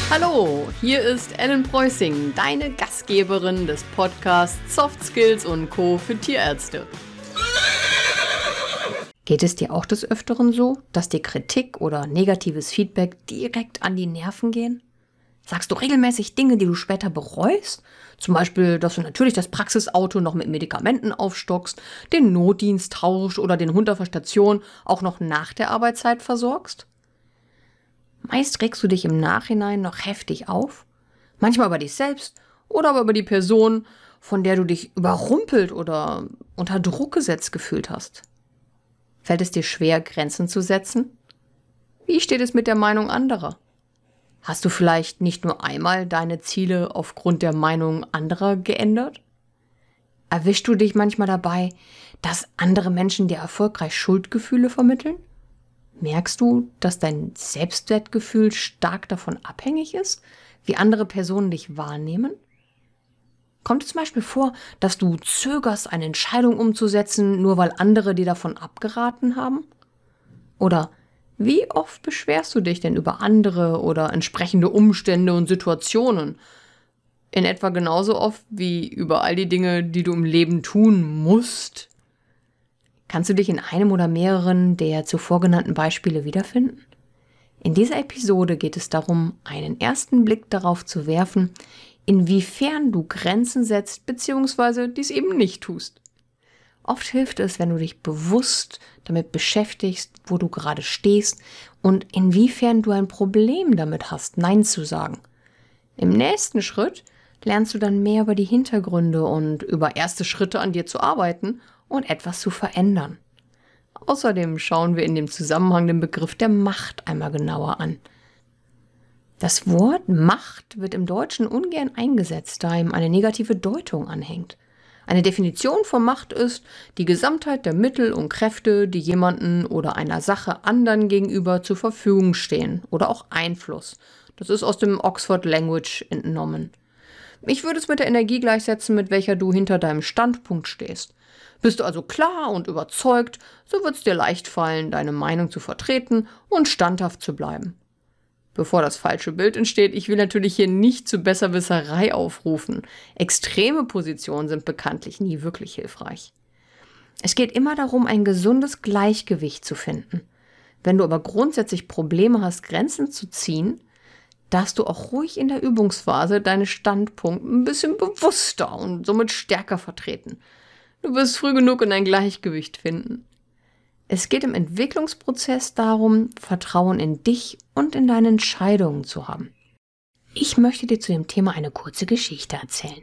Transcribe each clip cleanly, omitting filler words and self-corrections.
Hallo, hier ist Ellen Preußing, deine Gastgeberin des Podcasts Soft Skills und Co. für Tierärzte. Geht es dir auch des Öfteren so, dass dir Kritik oder negatives Feedback direkt an die Nerven gehen? Sagst du regelmäßig Dinge, die du später bereust? Zum Beispiel, dass du natürlich das Praxisauto noch mit Medikamenten aufstockst, den Notdienst tauscht oder den Hund auf der Station auch noch nach der Arbeitszeit versorgst? Meist regst du dich im Nachhinein noch heftig auf, manchmal über dich selbst oder aber über die Person, von der du dich überrumpelt oder unter Druck gesetzt gefühlt hast. Fällt es dir schwer, Grenzen zu setzen? Wie steht es mit der Meinung anderer? Hast du vielleicht nicht nur einmal deine Ziele aufgrund der Meinung anderer geändert? Erwischst du dich manchmal dabei, dass andere Menschen dir erfolgreich Schuldgefühle vermitteln? Merkst du, dass dein Selbstwertgefühl stark davon abhängig ist, wie andere Personen dich wahrnehmen? Kommt es zum Beispiel vor, dass du zögerst, eine Entscheidung umzusetzen, nur weil andere dir davon abgeraten haben? Oder wie oft beschwerst du dich denn über andere oder entsprechende Umstände und Situationen? In etwa genauso oft wie über all die Dinge, die du im Leben tun musst? Kannst du dich in einem oder mehreren der zuvor genannten Beispiele wiederfinden? In dieser Episode geht es darum, einen ersten Blick darauf zu werfen, inwiefern du Grenzen setzt bzw. dies eben nicht tust. Oft hilft es, wenn du dich bewusst damit beschäftigst, wo du gerade stehst und inwiefern du ein Problem damit hast, Nein zu sagen. Im nächsten Schritt lernst du dann mehr über die Hintergründe und über erste Schritte an dir zu arbeiten und etwas zu verändern. Außerdem schauen wir in dem Zusammenhang den Begriff der Macht einmal genauer an. Das Wort Macht wird im Deutschen ungern eingesetzt, da ihm eine negative Deutung anhängt. Eine Definition von Macht ist die Gesamtheit der Mittel und Kräfte, die jemanden oder einer Sache anderen gegenüber zur Verfügung stehen, oder auch Einfluss. Das ist aus dem Oxford Language entnommen. Ich würde es mit der Energie gleichsetzen, mit welcher du hinter deinem Standpunkt stehst. Bist du also klar und überzeugt, so wird es dir leicht fallen, deine Meinung zu vertreten und standhaft zu bleiben. Bevor das falsche Bild entsteht, ich will natürlich hier nicht zu Besserwisserei aufrufen. Extreme Positionen sind bekanntlich nie wirklich hilfreich. Es geht immer darum, ein gesundes Gleichgewicht zu finden. Wenn du aber grundsätzlich Probleme hast, Grenzen zu ziehen, darfst du auch ruhig in der Übungsphase deine Standpunkte ein bisschen bewusster und somit stärker vertreten. Du wirst früh genug in ein Gleichgewicht finden. Es geht im Entwicklungsprozess darum, Vertrauen in dich und in deine Entscheidungen zu haben. Ich möchte dir zu dem Thema eine kurze Geschichte erzählen.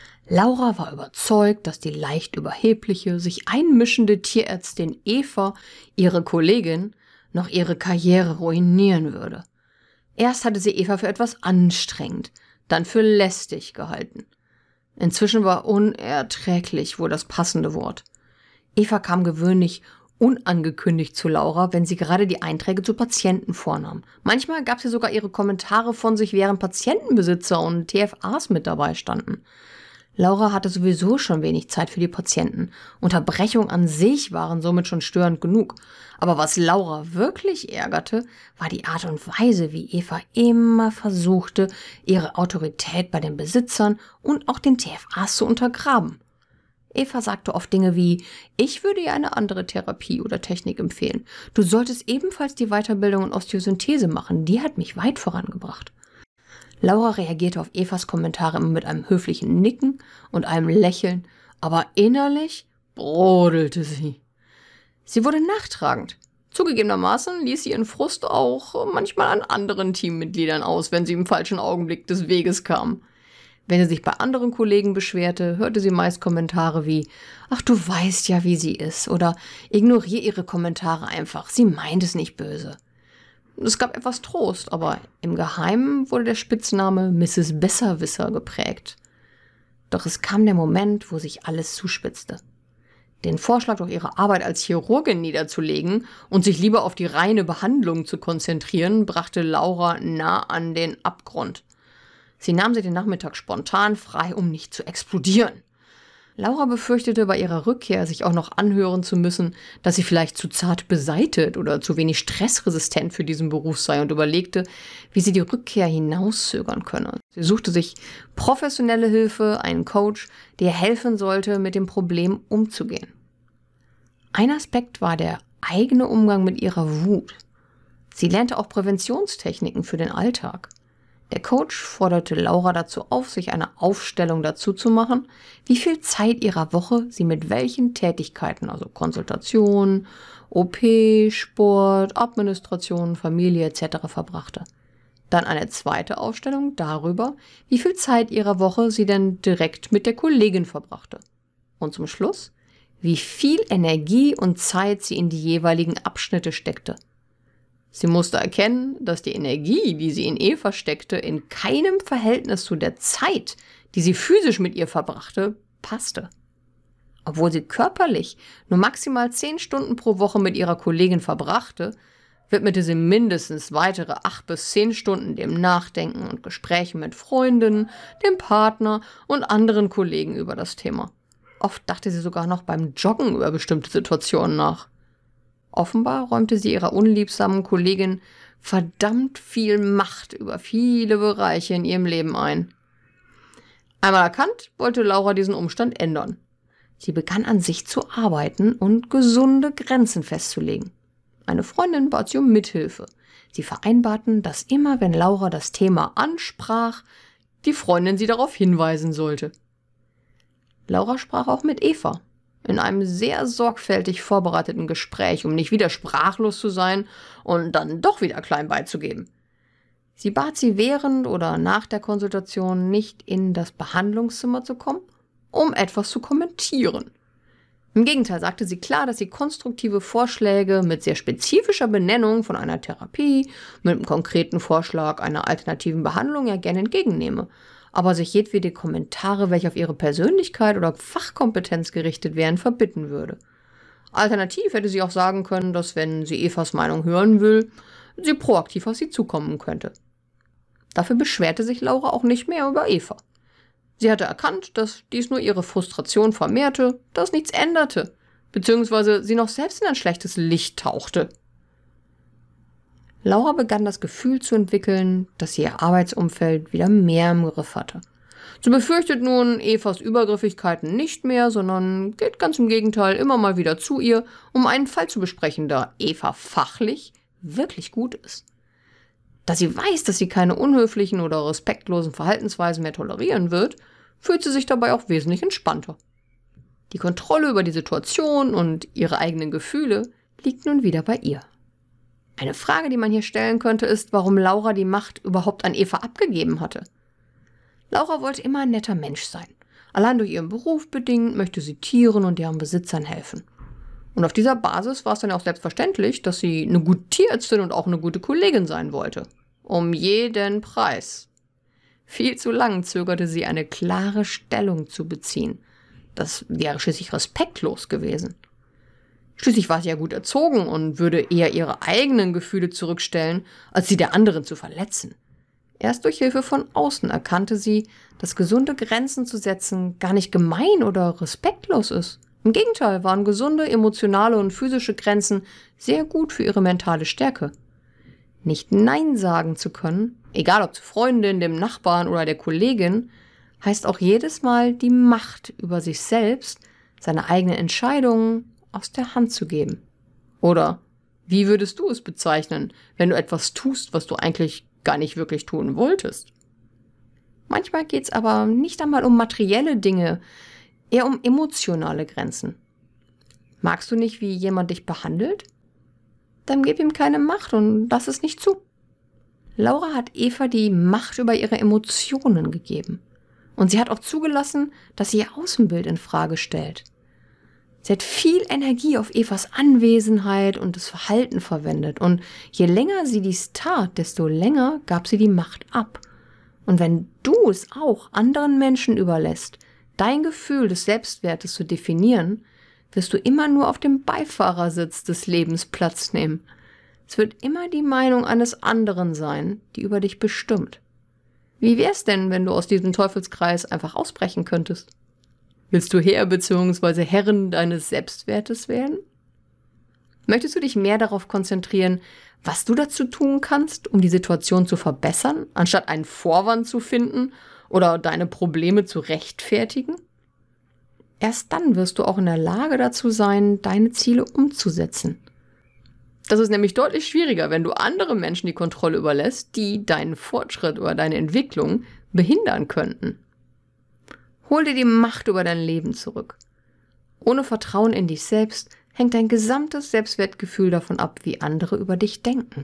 Laura war überzeugt, dass die leicht überhebliche, sich einmischende Tierärztin Eva, ihre Kollegin, noch ihre Karriere ruinieren würde. Erst hatte sie Eva für etwas anstrengend, dann für lästig gehalten. Inzwischen war unerträglich wohl das passende Wort. Eva kam gewöhnlich unangekündigt zu Laura, wenn sie gerade die Einträge zu Patienten vornahm. Manchmal gab sie sogar ihre Kommentare von sich, während Patientenbesitzer und TFAs mit dabei standen. Laura hatte sowieso schon wenig Zeit für die Patienten. Unterbrechungen an sich waren somit schon störend genug. Aber was Laura wirklich ärgerte, war die Art und Weise, wie Eva immer versuchte, ihre Autorität bei den Besitzern und auch den TFAs zu untergraben. Eva sagte oft Dinge wie: Ich würde ihr eine andere Therapie oder Technik empfehlen. Du solltest ebenfalls die Weiterbildung in Osteosynthese machen. Die hat mich weit vorangebracht. Laura reagierte auf Evas Kommentare immer mit einem höflichen Nicken und einem Lächeln, aber innerlich brodelte sie. Sie wurde nachtragend. Zugegebenermaßen ließ sie ihren Frust auch manchmal an anderen Teammitgliedern aus, wenn sie im falschen Augenblick des Weges kam. Wenn sie sich bei anderen Kollegen beschwerte, hörte sie meist Kommentare wie: Ach, du weißt ja, wie sie ist, oder ignoriere ihre Kommentare einfach, sie meint es nicht böse. Es gab etwas Trost, aber im Geheimen wurde der Spitzname Mrs. Besserwisser geprägt. Doch es kam der Moment, wo sich alles zuspitzte. Den Vorschlag, doch ihre Arbeit als Chirurgin niederzulegen und sich lieber auf die reine Behandlung zu konzentrieren, brachte Laura nah an den Abgrund. Sie nahm sich den Nachmittag spontan frei, um nicht zu explodieren. Laura befürchtete bei ihrer Rückkehr, sich auch noch anhören zu müssen, dass sie vielleicht zu zart beseitet oder zu wenig stressresistent für diesen Beruf sei und überlegte, wie sie die Rückkehr hinauszögern könne. Sie suchte sich professionelle Hilfe, einen Coach, der ihr helfen sollte, mit dem Problem umzugehen. Ein Aspekt war der eigene Umgang mit ihrer Wut. Sie lernte auch Präventionstechniken für den Alltag. Der Coach forderte Laura dazu auf, sich eine Aufstellung dazu zu machen, wie viel Zeit ihrer Woche sie mit welchen Tätigkeiten, also Konsultation, OP, Sport, Administration, Familie etc. verbrachte. Dann eine zweite Aufstellung darüber, wie viel Zeit ihrer Woche sie denn direkt mit der Kollegin verbrachte. Und zum Schluss, wie viel Energie und Zeit sie in die jeweiligen Abschnitte steckte. Sie musste erkennen, dass die Energie, die sie in Eva steckte, in keinem Verhältnis zu der Zeit, die sie physisch mit ihr verbrachte, passte. Obwohl sie körperlich nur maximal 10 Stunden pro Woche mit ihrer Kollegin verbrachte, widmete sie mindestens weitere 8 bis 10 Stunden dem Nachdenken und Gesprächen mit Freundinnen, dem Partner und anderen Kollegen über das Thema. Oft dachte sie sogar noch beim Joggen über bestimmte Situationen nach. Offenbar räumte sie ihrer unliebsamen Kollegin verdammt viel Macht über viele Bereiche in ihrem Leben ein. Einmal erkannt, wollte Laura diesen Umstand ändern. Sie begann an sich zu arbeiten und gesunde Grenzen festzulegen. Eine Freundin bat sie um Mithilfe. Sie vereinbarten, dass immer, wenn Laura das Thema ansprach, die Freundin sie darauf hinweisen sollte. Laura sprach auch mit Eva. In einem sehr sorgfältig vorbereiteten Gespräch, um nicht wieder sprachlos zu sein und dann doch wieder klein beizugeben. Sie bat sie während oder nach der Konsultation nicht in das Behandlungszimmer zu kommen, um etwas zu kommentieren. Im Gegenteil sagte sie klar, dass sie konstruktive Vorschläge mit sehr spezifischer Benennung von einer Therapie, mit einem konkreten Vorschlag einer alternativen Behandlung ja gerne entgegennehme, aber sich jedwede Kommentare, welche auf ihre Persönlichkeit oder Fachkompetenz gerichtet wären, verbitten würde. Alternativ hätte sie auch sagen können, dass, wenn sie Evas Meinung hören will, sie proaktiv auf sie zukommen könnte. Dafür beschwerte sich Laura auch nicht mehr über Eva. Sie hatte erkannt, dass dies nur ihre Frustration vermehrte, dass nichts änderte, beziehungsweise sie noch selbst in ein schlechtes Licht tauchte. Laura begann das Gefühl zu entwickeln, dass sie ihr Arbeitsumfeld wieder mehr im Griff hatte. Sie befürchtet nun Evas Übergriffigkeiten nicht mehr, sondern geht ganz im Gegenteil immer mal wieder zu ihr, um einen Fall zu besprechen, da Eva fachlich wirklich gut ist. Da sie weiß, dass sie keine unhöflichen oder respektlosen Verhaltensweisen mehr tolerieren wird, fühlt sie sich dabei auch wesentlich entspannter. Die Kontrolle über die Situation und ihre eigenen Gefühle liegt nun wieder bei ihr. Eine Frage, die man hier stellen könnte, ist, warum Laura die Macht überhaupt an Eva abgegeben hatte. Laura wollte immer ein netter Mensch sein. Allein durch ihren Beruf bedingt möchte sie Tieren und deren Besitzern helfen. Und auf dieser Basis war es dann auch selbstverständlich, dass sie eine gute Tierärztin und auch eine gute Kollegin sein wollte. Um jeden Preis. Viel zu lang zögerte sie, eine klare Stellung zu beziehen. Das wäre schließlich respektlos gewesen. Schließlich war sie ja gut erzogen und würde eher ihre eigenen Gefühle zurückstellen, als die der anderen zu verletzen. Erst durch Hilfe von außen erkannte sie, dass gesunde Grenzen zu setzen gar nicht gemein oder respektlos ist. Im Gegenteil waren gesunde emotionale und physische Grenzen sehr gut für ihre mentale Stärke. Nicht Nein sagen zu können, egal ob zu Freundin, dem Nachbarn oder der Kollegin, heißt auch jedes Mal die Macht über sich selbst, seine eigenen Entscheidungen aus der Hand zu geben. Oder wie würdest du es bezeichnen, wenn du etwas tust, was du eigentlich gar nicht wirklich tun wolltest? Manchmal geht es aber nicht einmal um materielle Dinge, eher um emotionale Grenzen. Magst du nicht, wie jemand dich behandelt? Dann gib ihm keine Macht und lass es nicht zu. Laura hat Eva die Macht über ihre Emotionen gegeben. Und sie hat auch zugelassen, dass sie ihr Außenbild in Frage stellt. Sie hat viel Energie auf Evas Anwesenheit und das Verhalten verwendet. Und je länger sie dies tat, desto länger gab sie die Macht ab. Und wenn du es auch anderen Menschen überlässt, dein Gefühl des Selbstwertes zu definieren, wirst du immer nur auf dem Beifahrersitz des Lebens Platz nehmen. Es wird immer die Meinung eines anderen sein, die über dich bestimmt. Wie wär's denn, wenn du aus diesem Teufelskreis einfach ausbrechen könntest? Willst du Herr bzw. Herrin deines Selbstwertes werden? Möchtest du dich mehr darauf konzentrieren, was du dazu tun kannst, um die Situation zu verbessern, anstatt einen Vorwand zu finden oder deine Probleme zu rechtfertigen? Erst dann wirst du auch in der Lage dazu sein, deine Ziele umzusetzen. Das ist nämlich deutlich schwieriger, wenn du anderen Menschen die Kontrolle überlässt, die deinen Fortschritt oder deine Entwicklung behindern könnten. Hol dir die Macht über dein Leben zurück. Ohne Vertrauen in dich selbst hängt dein gesamtes Selbstwertgefühl davon ab, wie andere über dich denken.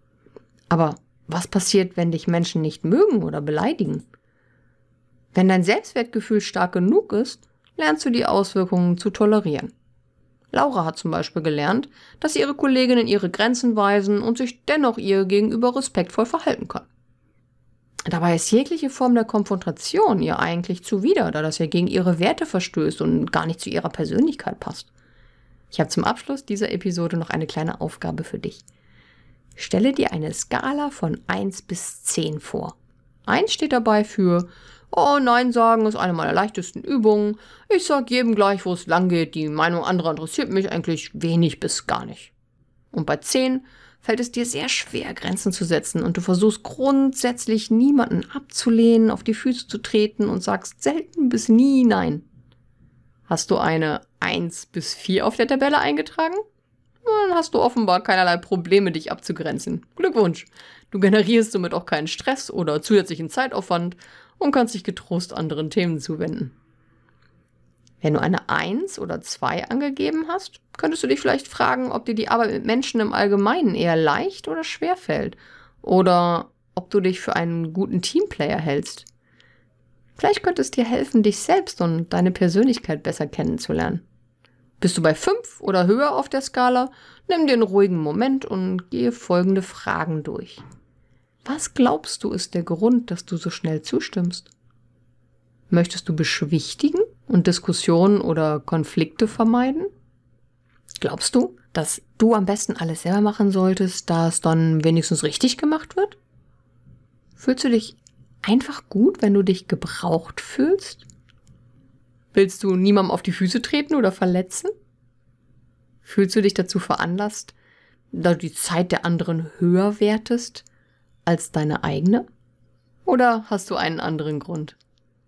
Aber was passiert, wenn dich Menschen nicht mögen oder beleidigen? Wenn dein Selbstwertgefühl stark genug ist, lernst du die Auswirkungen zu tolerieren. Laura hat zum Beispiel gelernt, dass sie ihre Kolleginnen ihre Grenzen weisen und sich dennoch ihr gegenüber respektvoll verhalten kann. Dabei ist jegliche Form der Konfrontation ihr eigentlich zuwider, da das ja gegen ihre Werte verstößt und gar nicht zu ihrer Persönlichkeit passt. Ich habe zum Abschluss dieser Episode noch eine kleine Aufgabe für dich. Stelle dir eine Skala von 1 bis 10 vor. 1 steht dabei für "Oh, Nein sagen ist eine meiner leichtesten Übungen. Ich sag jedem gleich, wo es lang geht. Die Meinung anderer interessiert mich eigentlich wenig bis gar nicht." Und bei 10 fällt es dir sehr schwer, Grenzen zu setzen und du versuchst grundsätzlich niemanden abzulehnen, auf die Füße zu treten und sagst selten bis nie Nein. Hast du eine 1 bis 4 auf der Tabelle eingetragen? Dann hast du offenbar keinerlei Probleme, dich abzugrenzen. Glückwunsch! Du generierst somit auch keinen Stress oder zusätzlichen Zeitaufwand und kannst dich getrost anderen Themen zuwenden. Wenn du eine 1 oder 2 angegeben hast, könntest du dich vielleicht fragen, ob dir die Arbeit mit Menschen im Allgemeinen eher leicht oder schwer fällt oder ob du dich für einen guten Teamplayer hältst. Vielleicht könnte es dir helfen, dich selbst und deine Persönlichkeit besser kennenzulernen. Bist du bei 5 oder höher auf der Skala? Nimm dir einen ruhigen Moment und gehe folgende Fragen durch. Was glaubst du ist der Grund, dass du so schnell zustimmst? Möchtest du beschwichtigen und Diskussionen oder Konflikte vermeiden? Glaubst du, dass du am besten alles selber machen solltest, da es dann wenigstens richtig gemacht wird? Fühlst du dich einfach gut, wenn du dich gebraucht fühlst? Willst du niemandem auf die Füße treten oder verletzen? Fühlst du dich dazu veranlasst, da du die Zeit der anderen höher wertest als deine eigene? Oder hast du einen anderen Grund?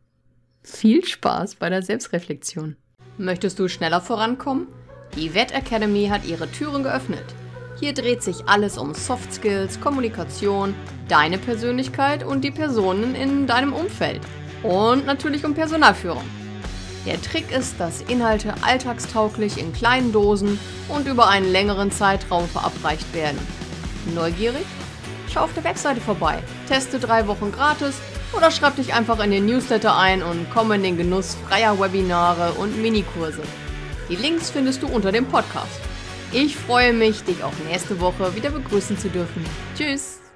Viel Spaß bei der Selbstreflexion. Möchtest du schneller vorankommen? Die Wett Academy hat ihre Türen geöffnet. Hier dreht sich alles um Soft Skills, Kommunikation, deine Persönlichkeit und die Personen in deinem Umfeld. Und natürlich um Personalführung. Der Trick ist, dass Inhalte alltagstauglich in kleinen Dosen und über einen längeren Zeitraum verabreicht werden. Neugierig? Schau auf der Webseite vorbei, teste 3 Wochen gratis oder schreib dich einfach in den Newsletter ein und komm in den Genuss freier Webinare und Minikurse. Die Links findest du unter dem Podcast. Ich freue mich, dich auch nächste Woche wieder begrüßen zu dürfen. Tschüss!